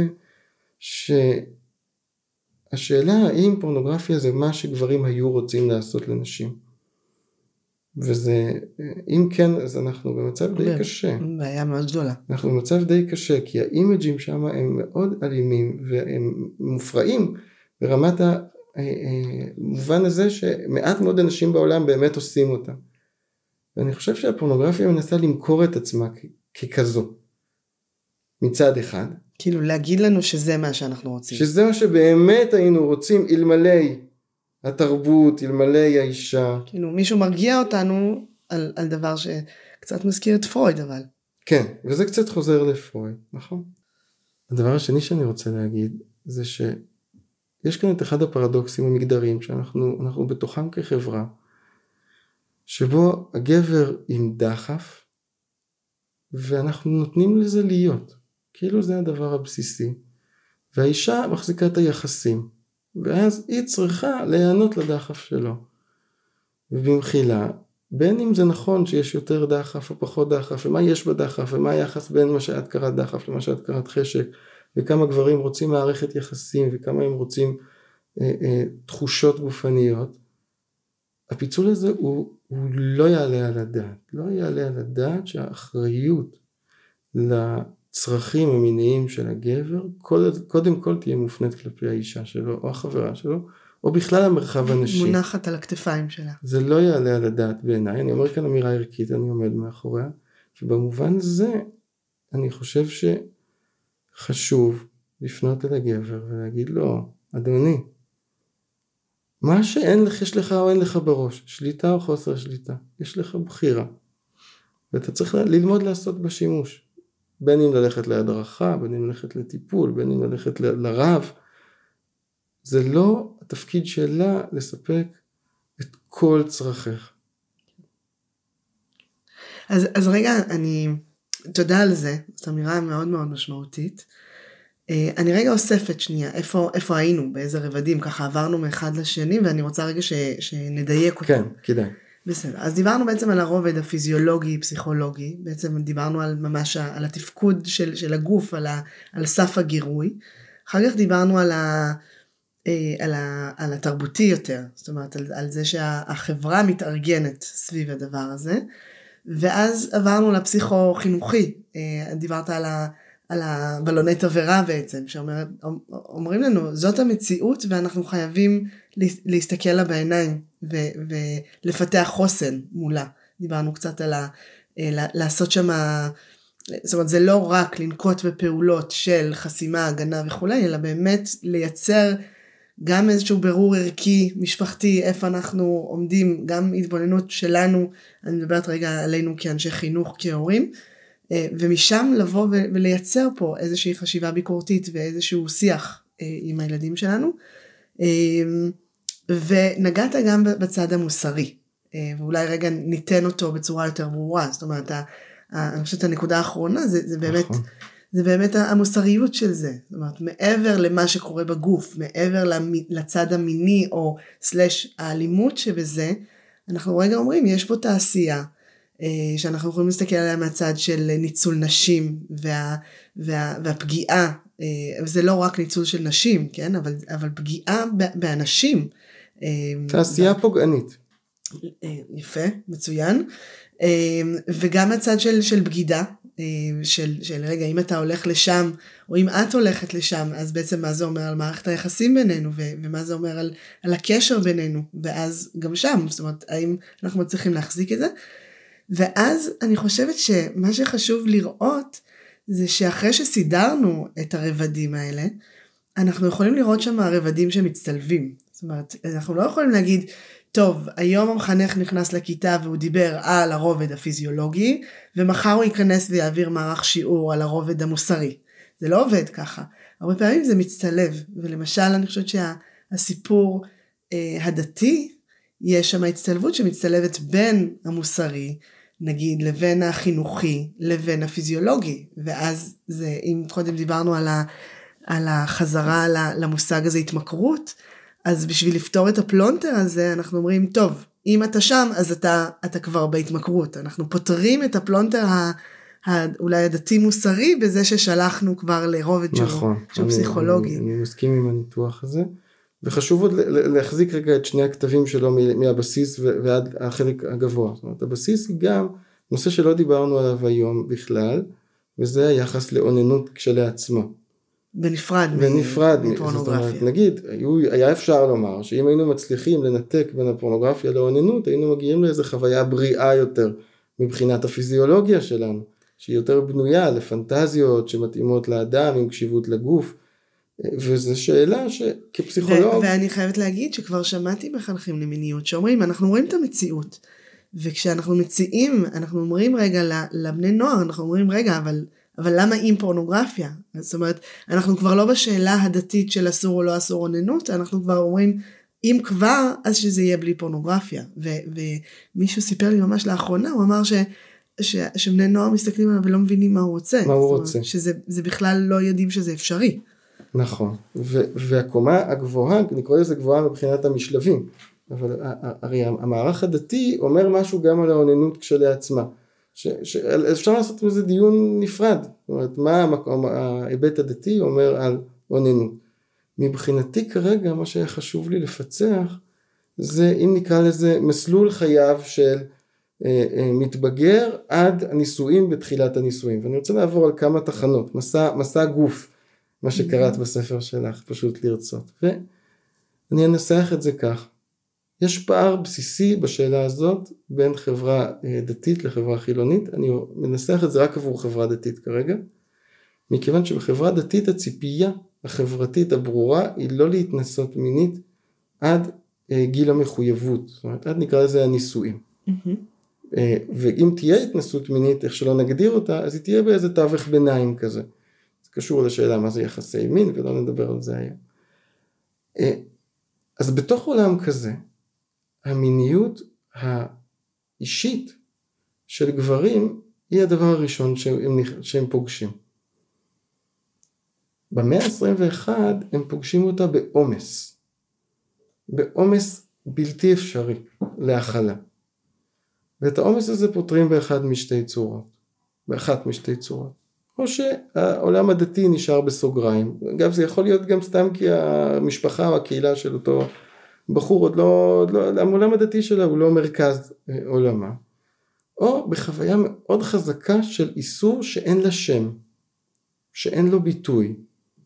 שהשאלה האם פורנוגרפיה זה מה שגברים היו רוצים לעשות לנשים, וזה, אם כן, אז אנחנו במצב די קשה. בעיה מאוד גדולה. אנחנו במצב די קשה, כי האימג'ים שם הם מאוד אלימים והם מופרעים ברמת ה... מובן הזה שמעט מאוד אנשים בעולם באמת עושים אותה. ואני חושב שהפורנוגרפיה מנסה למכור את עצמה ככזו. מצד אחד. כאילו להגיד לנו שזה מה שאנחנו רוצים. שזה מה שבאמת היינו רוצים אלמלא התרבות, אלמלא האישה. כאילו מישהו מרגיע אותנו על, על דבר שקצת מזכיר את פרויד אבל. כן, וזה קצת חוזר לפרויד, נכון? הדבר השני שאני רוצה להגיד זה ש... יש כאן את אחד הפרדוקסים המגדריים שאנחנו אנחנו בתוכם כחברה, שבו הגבר עם דחף ואנחנו נותנים לזה להיות, כאילו זה הדבר הבסיסי, והאישה מחזיקה את היחסים, ואז היא צריכה להיענות לדחף שלו, ובמחילה, בין אם זה נכון שיש יותר דחף או פחות דחף, ומה יש בדחף, ומה היחס בין מה שאת קראת דחף למה שאת קראת חשק, וכמה גברים רוצים מערכת יחסים, וכמה הם רוצים אה, אה, תחושות גופניות, הפיצול הזה הוא, הוא לא יעלה על הדעת, לא יעלה על הדעת שהאחריות לצרכים המיניים של הגבר, קודם כל תהיה מופנית כלפי האישה שלו, או החברה שלו, או בכלל המרחב הנשי. מונחת על הכתפיים שלה. זה לא יעלה על הדעת בעיניי, אני אומר כאן אמירה ערכית, אני עומד מאחוריה, ובמובן זה אני חושב שחשוב לפנות אל הגבר ולהגיד לו, אדוני, מה שאין לך, יש לך או אין לך בראש, שליטה או חוסר שליטה, יש לך בחירה, ואתה צריך ללמוד לעשות בשימוש, בין אם ללכת להדרכה, בין אם ללכת לטיפול, בין אם ללכת ל- לרב, זה לא התפקיד שלה לספק את כל צרכיך. אז, אז רגע, אני, תודה על זה, זאת אמירה מאוד מאוד משמעותית. אני רגע אוספת שנייה, איפה, איפה היינו, באיזה רבדים, ככה עברנו מאחד לשני, ואני רוצה רגע ש, שנדייק אותו. כן, כדאי. בסדר, אז דיברנו בעצם על הרובד הפיזיולוגי, פסיכולוגי, בעצם דיברנו על ממש, על התפקוד של, של הגוף, על, ה, על סף הגירוי, אחר כך דיברנו על ה... על, ה, על התרבותי יותר, זאת אומרת על, על זה שהחברה מתארגנת סביב הדבר הזה, ואז עברנו לפסיכו-חינוכי, דיברת על, ה, על הבלוני תבערה בעצם, שאומרים לנו זאת המציאות ואנחנו חייבים להסתכל לה בעיניים ו, ולפתח חוסן מולה, דיברנו קצת על ה, לעשות שם, זאת אומרת זה לא רק לנקוט בפעולות של חסימה, הגנה וכו', אלא באמת לייצר גם איזשהו ברור ערכי, משפחתי, איפה אנחנו עומדים, גם התבוננות שלנו, אני מדברת רגע עלינו כאנשי חינוך, כהורים, ומשם לבוא ולייצר פה איזושהי חשיבה ביקורתית ואיזשהו שיח עם הילדים שלנו, ונגעת גם בצד המוסרי, ואולי רגע ניתן אותו בצורה יותר ברורה, זאת אומרת, אני חושבת הנקודה האחרונה, זה, זה באמת... נכון. זה באמת המוסריות של זה, זאת אומרת, מעבר למה שקורה בגוף, מעבר לצד המיני או סלש האלימות שבזה, אנחנו רגע אומרים, יש פה תעשייה, שאנחנו יכולים להסתכל עליה מהצד של ניצול נשים, וה, וה, והפגיעה, וזה לא רק ניצול של נשים, כן? אבל, אבל פגיעה באנשים. תעשייה ו... פוגענית. יפה, מצוין. וגם הצד של, של בגידה, של, של רגע, אם אתה הולך לשם, או אם את הולכת לשם, אז בעצם מה זה אומר על מערכת היחסים בינינו, ו, ומה זה אומר על, על הקשר בינינו, ואז גם שם, זאת אומרת, האם אנחנו מצליחים להחזיק את זה, ואז אני חושבת שמה שחשוב לראות, זה שאחרי שסידרנו את הרבדים האלה, אנחנו יכולים לראות שם הרבדים שמצטלבים, זאת אומרת, אנחנו לא יכולים להגיד, טוב, היום המחנך נכנס לכיתה והוא דיבר על הרובד הפיזיולוגי, ומחר הוא ייכנס ויעביר מערך שיעור על הרובד המוסרי. זה לא עובד ככה. הרבה פעמים זה מצטלב, ולמשל אני חושבת שהסיפור אה, הדתי, יש שם הצטלבות שמצטלבת בין המוסרי, נגיד, לבין החינוכי, לבין הפיזיולוגי, ואז זה, אם קודם דיברנו על, ה, על החזרה למושג הזה התמכרות, אז בשביל לפתור את הפלונטר הזה, אנחנו אומרים, טוב, אם אתה שם, אז אתה, אתה כבר בהתמכרות. אנחנו פותרים את הפלונטר ה, ה, אולי הדתי מוסרי, בזה ששלחנו כבר לרובד נכון, שהוא, שהוא פסיכולוגי. אני, אני מסכים עם הניתוח הזה, וחשוב עוד להחזיק רגע את שני הכתבים שלו מהבסיס ועד החלק הגבוה. זאת אומרת, הבסיס היא גם נושא שלא דיברנו עליו היום בכלל, וזה היחס לאוננות כשלעצמה. בנפרד, בנפרד מפורנוגרפיה. נגיד, היה אפשר לומר שאם היינו מצליחים לנתק בין הפורנוגרפיה לאוננות, היינו מגיעים לאיזו חוויה בריאה יותר מבחינת הפיזיולוגיה שלנו, שהיא יותר בנויה לפנטזיות שמתאימות לאדם עם קשיבות לגוף, וזו שאלה שכפסיכולוג... ו- ואני חייבת להגיד שכבר שמעתי מחנכים למיניות שאומרים, אנחנו רואים את המציאות, וכשאנחנו מציעים, אנחנו אומרים רגע לבני נוער, אנחנו אומרים רגע, אבל... אבל למה עם פורנוגרפיה? זאת אומרת, אנחנו כבר לא בשאלה הדתית של אסור או לא אסור אוננות, אנחנו כבר אומרים, אם כבר, אז שזה יהיה בלי פורנוגרפיה. ו- ומישהו סיפר לי ממש לאחרונה, הוא אמר ש, שבני נוער מסתכלים עליו ולא מבינים מה הוא רוצה. מה הוא רוצה. שזה זה בכלל לא יודעים שזה אפשרי. נכון, ו, והקומה הגבוהה, אני קורא לזה גבוהה מבחינת המשלבים, אבל הרי המערך הדתי אומר משהו גם על העוננות כשלעצמה, שאפשר לעשות מזה דיון נפרד, זאת אומרת, מה המקום, ההיבט הדתי אומר על עוננות. מבחינתי כרגע מה שחשוב לי לפצח, זה אם נקרא לזה מסלול חייו של אה, אה, מתבגר עד הנישואים בתחילת הנישואים, ואני רוצה לעבור על כמה תחנות, מסע, מסע גוף, מה שקראת בספר שלך, פשוט לרצות, ואני אנסח את זה כך, יש פער בסיסי בשאלה הזאת, בין חברה דתית לחברה חילונית, אני מנסח את זה רק עבור חברה דתית כרגע, מכיוון שבחברה דתית הציפייה החברתית הברורה, היא לא להתנסות מינית, עד גיל המחויבות, זאת אומרת, עד נקרא לזה הנישואים, mm-hmm. ואם תהיה התנסות מינית, איך שלא נגדיר אותה, אז היא תהיה באיזה תווך ביניים כזה, זה קשור לשאלה מה זה יחסי מין, ולא נדבר על זה היום. אז בתוך עולם כזה, המיניות האישית של גברים היא הדבר הראשון שהם, שהם פוגשים. במאה ה-עשרים ואחת הם פוגשים אותה בעומס. בעומס בלתי אפשרי להכלה. ואת העומס הזה פותרים באחד משתי צורות. באחת משתי צורות. או שהעולם הדתי נשאר בסוגריים. אגב, זה יכול להיות גם סתם כי המשפחה או הקהילה של אותו בחור עוד לא, עוד לא, העולם הדתי שלה הוא לא מרכז עולמה, או בחוויה מאוד חזקה של איסור שאין לה שם, שאין לו ביטוי.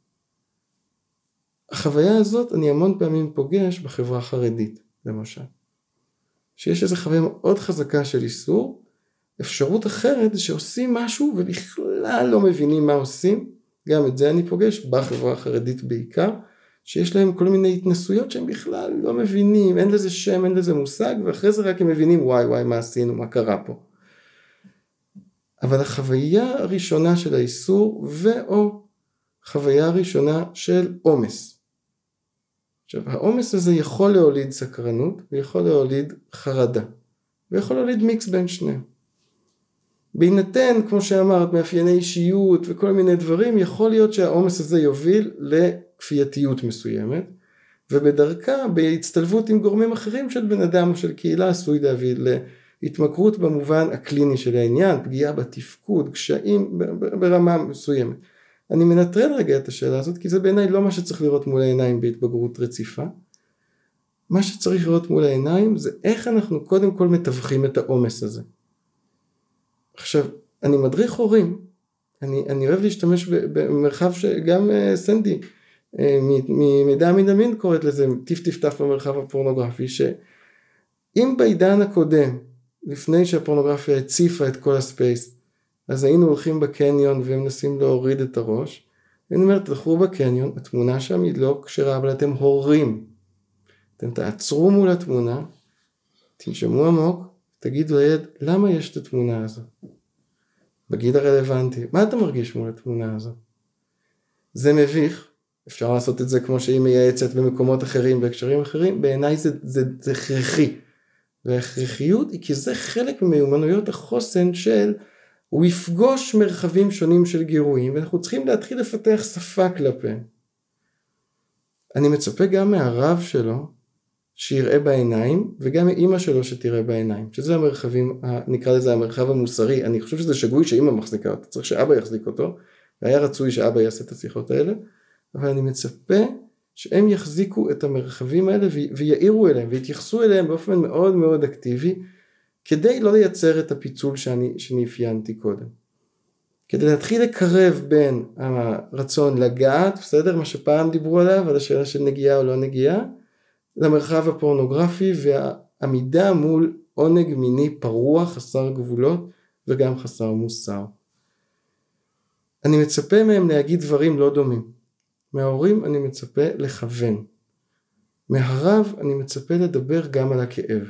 החוויה הזאת אני המון פעמים פוגש בחברה החרדית, למשל. שיש איזו חוויה מאוד חזקה של איסור, אפשרות אחרת שעושים משהו ובכלל לא מבינים מה עושים, גם את זה אני פוגש בחברה החרדית בעיקר, שיש להם כל מיני התנסויות שהם בכלל לא מבינים, אין לזה שם, אין לזה מושג, ואחרי זה רק הם מבינים וואי וואי מה עשינו, מה קרה פה. אבל החוויה הראשונה של האיסור, ואו חוויה הראשונה של עומס. עכשיו, העומס הזה יכול להוליד סקרנות, ויכול להוליד חרדה, ויכול להוליד מיקס בין שניהם. בהינתן, כמו שאמרת, מאפייני אישיות וכל מיני דברים, יכול להיות שהעומס הזה יוביל לכפייתיות מסוימת, ובדרכה, בהצטלבות עם גורמים אחרים של בן אדם או של קהילה, עשוי להביא להתמכרות במובן הקליני של העניין, פגיעה בתפקוד, קשיים ברמה מסוימת. אני מנטרל רגע את השאלה הזאת, כי זה בעיניי לא מה שצריך לראות מול העיניים בהתבגרות רציפה. מה שצריך לראות מול העיניים זה איך אנחנו קודם כל מתווכים את העומס הזה. עכשיו, אני מדריך הורים, אני, אני אוהב להשתמש במרחב שגם סנדי, ממידע מן המין קוראת לזה, טיף טיף טף במרחב הפורנוגרפי, שאם בעידן הקודם, לפני שהפורנוגרפיה הציפה את כל הספייס, אז היינו הולכים בקניון והם מנסים להוריד את הראש, ואני אומר, תלכו בקניון, התמונה שם היא לא כשרה, אבל אתם הורים, אתם תעצרו מול התמונה, תנשמו עמוק, תגידו לילד, למה יש את התמונה הזו? בגיל הרלוונטי, מה אתה מרגיש מול התמונה הזו? זה מביך, אפשר לעשות את זה כמו שהיא מייעצת במקומות אחרים, בהקשרים אחרים, בעיניי זה, זה, זה הכרחי. וההכרחיות היא כי זה חלק ממיומנויות החוסן של, הוא יפגוש מרחבים שונים של גירויים, ואנחנו צריכים להתחיל לפתח שפה כלפיהם. אני מצפה גם מהרב שלו, שיראה בעיניים, וגם מאמא שלו שתראה בעיניים, שזה המרחבים, נקרא לזה המרחב המוסרי, אני חושב שזה שגוי שאמא מחזיקה אותו, צריך שאבא יחזיק אותו, והיה רצוי שאבא יעשה את השיחות האלה, אבל אני מצפה שהם יחזיקו את המרחבים האלה, ויעירו אליהם, ויתייחסו אליהם באופן מאוד מאוד אקטיבי, כדי לא לייצר את הפיצול שאני, שאני אפיינתי קודם. כדי להתחיל לקרב בין הרצון לגעת, בסדר, מה שפעם דיברו עליו, על השאלה של נגיעה או לא נגיעה, למרחב הפורנוגרפי והעמידה מול עונג מיני פרוע, חסר גבולות וגם חסר מוסר. אני מצפה מהם להגיד דברים לא דומים. מההורים אני מצפה לכוון. מהרב אני מצפה לדבר גם על הכאב.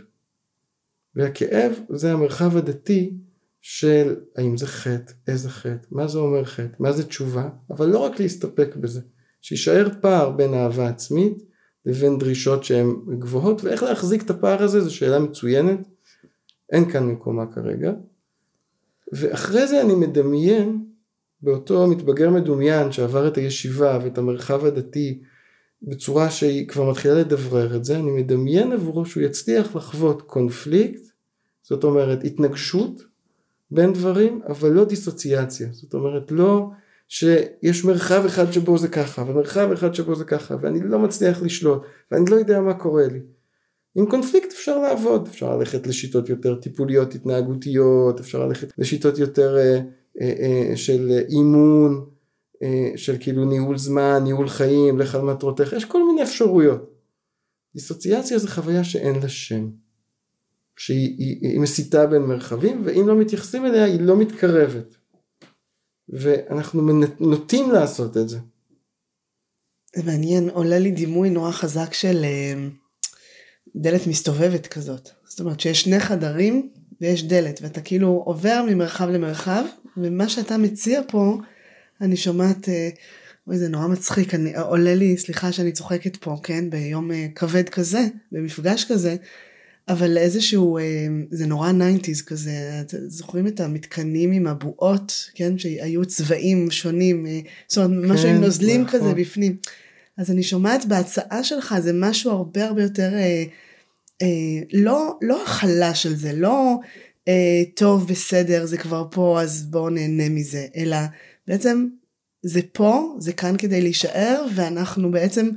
והכאב זה המרחב הדתי של האם זה חטא, איזה חטא, מה זה אומר חטא, מה זה תשובה, אבל לא רק להסתפק בזה. שישאר פער בין אהבה עצמית לבין דרישות שהן גבוהות, ואיך להחזיק את הפער הזה, זו שאלה מצוינת, אין כאן מקומה כרגע, ואחרי זה אני מדמיין, באותו מתבגר מדומיין שעבר את הישיבה ואת המרחב הדתי, בצורה שהיא כבר מתחילה לדברר את זה, אני מדמיין עבורו שהוא יצליח לחוות קונפליקט, זאת אומרת התנגשות בין דברים, אבל לא דיסוציאציה, זאת אומרת לא שיש מרחב אחד שבו זה ככה, ומרחב אחד שבו זה ככה, ואני לא מצליח לשלוט, ואני לא יודע מה קורה לי. עם קונפליקט אפשר לעבוד, אפשר ללכת לשיטות יותר טיפוליות, התנהגותיות, אפשר ללכת לשיטות יותר אה, אה, אה, של אימון, אה, של כאילו ניהול זמן, ניהול חיים, לך על מטרותיך, יש כל מיני אפשרויות. דיסוציאציה זה חוויה שאין לה שם, שהיא היא, היא מסיתה בין מרחבים, ואם לא מתייחסים אליה היא לא מתקרבת. ואנחנו נוטים לעשות את זה. זה מעניין, עולה לי דימוי נורא חזק של דלת מסתובבת כזאת. זאת אומרת שיש שני חדרים ויש דלת, ואתה כאילו עובר ממרחב למרחב, ומה שאתה מציע פה, אני שומעת, אוי זה נורא מצחיק, אני, עולה לי, סליחה שאני צוחקת פה, כן, ביום כבד כזה, במפגש כזה, אבל איזשהו, זה נורא ניינטיז כזה, זוכרים את המתקנים עם הבועות, כן, שהיו צבעים שונים, זאת אומרת, כן, משהו עם נוזלים נכון. כזה בפנים. אז אני שומעת בהצעה שלך, זה משהו הרבה הרבה יותר, אה, אה, לא, לא החלה של זה, לא אה, טוב בסדר, זה כבר פה, אז בואו נהנה מזה, אלא בעצם זה פה, זה כאן כדי להישאר, ואנחנו בעצם,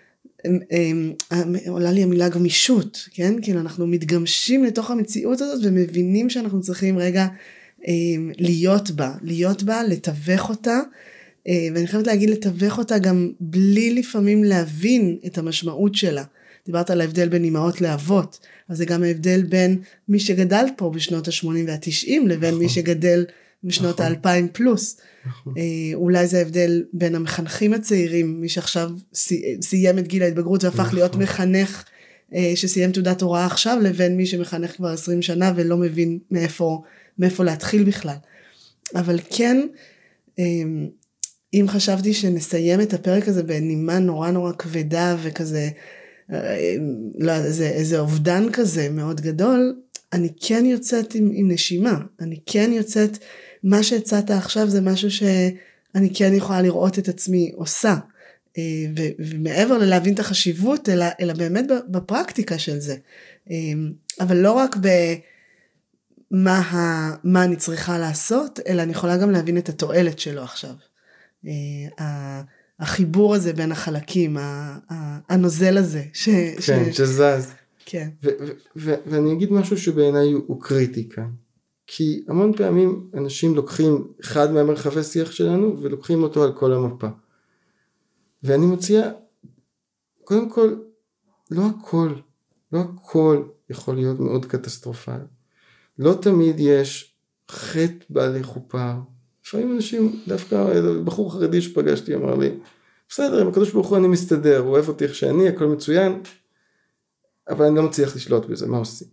עולה לי המילה גמישות, כן? כאילו אנחנו מתגמשים לתוך המציאות הזאת ומבינים שאנחנו צריכים רגע להיות בה, להיות בה, לתווך אותה, ואני חייבת להגיד לתווך אותה גם בלי לפעמים להבין את המשמעות שלה. דיברת על ההבדל בין אמהות לאבות, אז זה גם ההבדל בין מי שגדל פה בשנות ה-שמונים וה-תשעים לבין מי שגדל בשנות ה-אלפיים פלוס. אולי זה ההבדל בין המחנכים הצעירים, מי שעכשיו סיים את גיל ההתבגרות והפך להיות מחנך שסיים תעודת הוראה עכשיו, לבין מי שמחנך כבר עשרים שנה ולא מבין מאיפה, מאיפה להתחיל בכלל. אבל כן, אם חשבתי שנסיים את הפרק הזה בנימה נורא נורא כבדה וכזה, לא, איזה, איזה אובדן כזה מאוד גדול, אני כן יוצאת עם, עם נשימה, אני כן יוצאת, מה שהצעת עכשיו זה משהו שאני כן יכולה לראות את עצמי עושה, ו- ומעבר ללהבין את החשיבות, אלא, אלא באמת בפרקטיקה של זה, אבל לא רק במה ה, מה אני צריכה לעשות, אלא אני יכולה גם להבין את התועלת שלו עכשיו. החיבור הזה בין החלקים, הנוזל הזה. ש, כן, ש... שזז. כן. ו- ו- ו- ואני אגיד משהו שבעיניי הוא, הוא קריטי כאן. כי המון פעמים אנשים לוקחים אחד מהמרחבי שיח שלנו, ולוקחים אותו על כל המפה. ואני מציע, קודם כל, לא הכל, לא הכל יכול להיות מאוד קטסטרופלי. לא תמיד יש חטא בעלי חופה. לפעמים אנשים, דווקא בחור חרדי שפגשתי אמר לי, בסדר, עם הקדוש ברוך הוא אני מסתדר, הוא אוהב אותי איך שאני, הכל מצוין, אבל אני לא מצליח לשלוט בזה, מה עושים?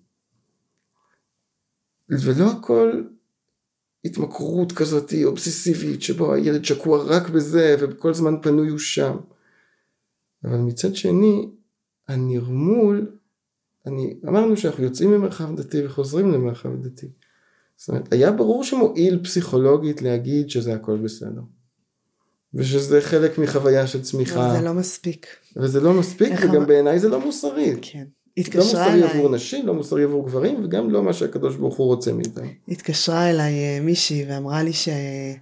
ולא הכל התמכרות כזאת אובססיבית, שבו הילד שקוע רק בזה, ובכל זמן פנוי הוא שם. אבל מצד שני, הנרמול, אני, אמרנו שאנחנו יוצאים ממרחב דתי וחוזרים למרחב דתי. זאת אומרת, היה ברור שמועיל פסיכולוגית להגיד שזה הכל בסדר. ושזה חלק מחוויה של צמיחה. אבל זה לא מספיק. וזה לא מספיק, וגם אמר... בעיניי זה לא מוסרי. כן. לא מוסרי עבור נשים, לא מוסרי עבור גברים, וגם לא מה שהקדוש ברוך הוא רוצה מאיתם. התקשרה אליי מישהי ואמרה לי ש...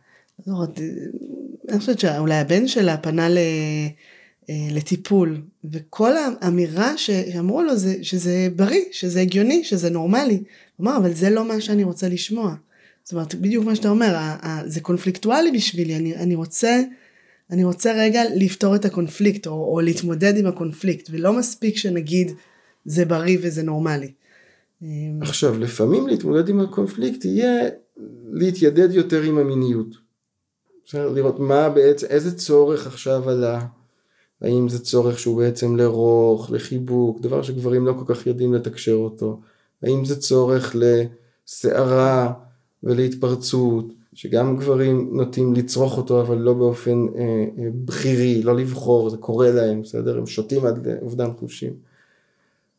אני חושבת שאולי הבן שלה פנה ל... לטיפול, וכל האמירה שאמרו לו זה, שזה בריא, שזה הגיוני, שזה נורמלי. הוא אמר, אבל זה לא מה שאני רוצה לשמוע. זאת אומרת, בדיוק מה שאתה אומר, זה קונפליקטואלי בשבילי, אני, אני רוצה, אני רוצה רגע לפתור את הקונפליקט, או, או להתמודד עם הקונפליקט, ולא מספיק שנגיד, זה בריא וזה נורמלי. עכשיו, לפעמים להתמודד עם הקונפליקט, יהיה להתיידד יותר עם המיניות. אפשר לראות מה בעצם, איזה צורך עכשיו עלה, האם זה צורך שהוא בעצם לרוך, לחיבוק, דבר שגברים לא כל כך יודעים לתקשר אותו, האם זה צורך לסערה ולהתפרצות, שגם גברים נוטים לצרוך אותו, אבל לא באופן אה, אה, בחירי, לא לבחור, זה קורה להם, בסדר? הם שותים עד אובדן חושים.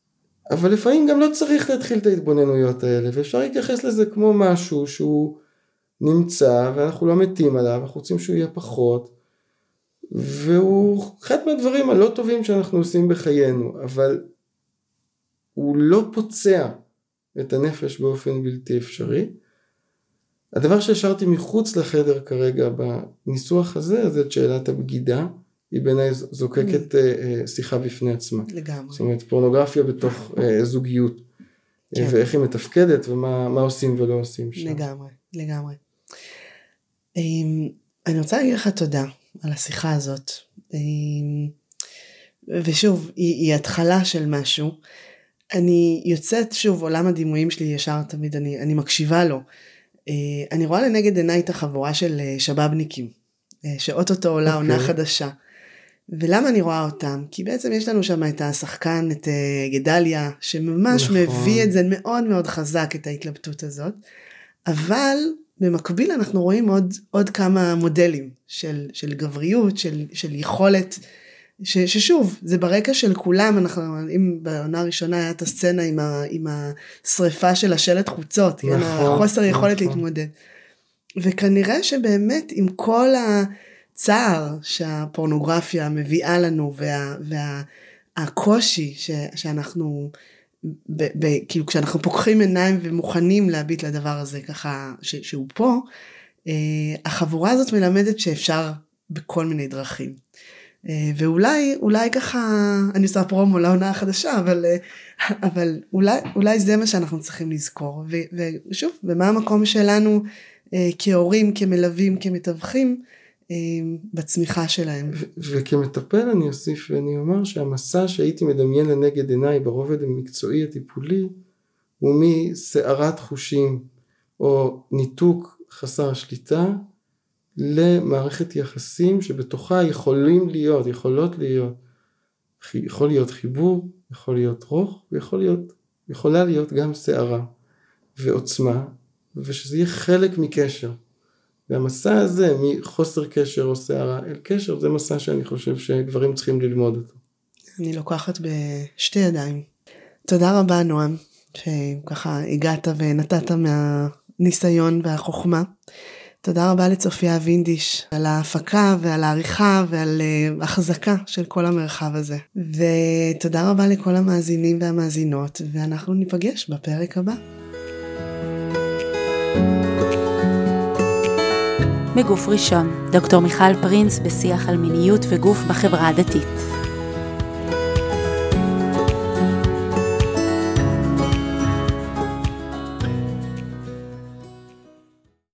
אבל לפעמים גם לא צריך להתחיל את ההתבוננויות האלה, ואפשר להתייחס לזה כמו משהו שהוא נמצא ואנחנו לא מתים עליו, אנחנו רוצים שהוא יהיה פחות, והוא אחד מהדברים הלא טובים שאנחנו עושים בחיינו, אבל הוא לא פוצע את הנפש באופן בלתי אפשרי. הדבר שהשארתי מחוץ לחדר כרגע בניסוח הזה, זה את שאלת הבגידה, היא בעיניי זוקקת uh, שיחה בפני עצמה. לגמרי. זאת אומרת, פורנוגרפיה בתוך uh, זוגיות, כן. ואיך היא מתפקדת, ומה מה עושים ולא עושים שם. לגמרי, לגמרי. Um, אני רוצה להגיד לך תודה על השיחה הזאת, um, ושוב, היא, היא התחלה של משהו. אני יוצאת, שוב, עולם הדימויים שלי ישר תמיד, אני, אני מקשיבה לו. Uh, אני רואה לנגד עיניי את החבורה של uh, שבאבניקים, uh, שאוטוטו עולה okay. עונה חדשה. ולמה אני רואה אותם? כי בעצם יש לנו שם את השחקן, את uh, גדליה, שממש נכון. מביא את זה מאוד מאוד חזק, את ההתלבטות הזאת. אבל במקביל אנחנו רואים עוד, עוד כמה מודלים של, של גבריות, של, של יכולת, ש, ששוב, זה ברקע של כולם. אנחנו, אם בעונה הראשונה היה את הסצנה עם, ה, עם השריפה של השלט חוצות, נכון, כן, החוסר נכון. יכולת להתמודד. וכנראה שבאמת עם כל הצער שהפורנוגרפיה מביאה לנו, וה, והקושי ש, שאנחנו, ב, ב, כאילו כשאנחנו פוקחים עיניים ומוכנים להביט לדבר הזה ככה ש, שהוא פה, החבורה הזאת מלמדת שאפשר בכל מיני דרכים. ואולי, אולי ככה, אני עושה פרומו לעונה החדשה, אבל, אבל אולי, אולי זה מה שאנחנו צריכים לזכור. ו, ושוב, ומה המקום שלנו כהורים, כמלווים, כמתווכים, בצמיחה שלהם. ו- וכמטפל אני אוסיף ואני אומר שהמסע שהייתי מדמיין לנגד עיניי ברובד המקצועי הטיפולי, הוא מסערת חושים או ניתוק חסר שליטה, למערכת יחסים שבתוכה יכולים להיות, יכולות להיות, יכול להיות חיבור, יכול להיות רוך, ויכול להיות, יכולה להיות גם שערה ועוצמה, ושזה יהיה חלק מקשר. והמסע הזה, מחוסר קשר או שערה אל קשר, זה מסע שאני חושב שגברים צריכים ללמוד אותו. אני לוקחת בשתי ידיים. תודה רבה נועם, שככה הגעת ונתת מהניסיון והחוכמה. תודה רבה לצופיה וינדיש על ההפקה ועל העריכה ועל החזקה של כל המרחב הזה. ותודה רבה לכל המאזינים והמאזינות, ואנחנו ניפגש בפרק הבא. מגוף ראשון, דוקטור מיכל פרינס בשיח על מיניות וגוף בחברה הדתית.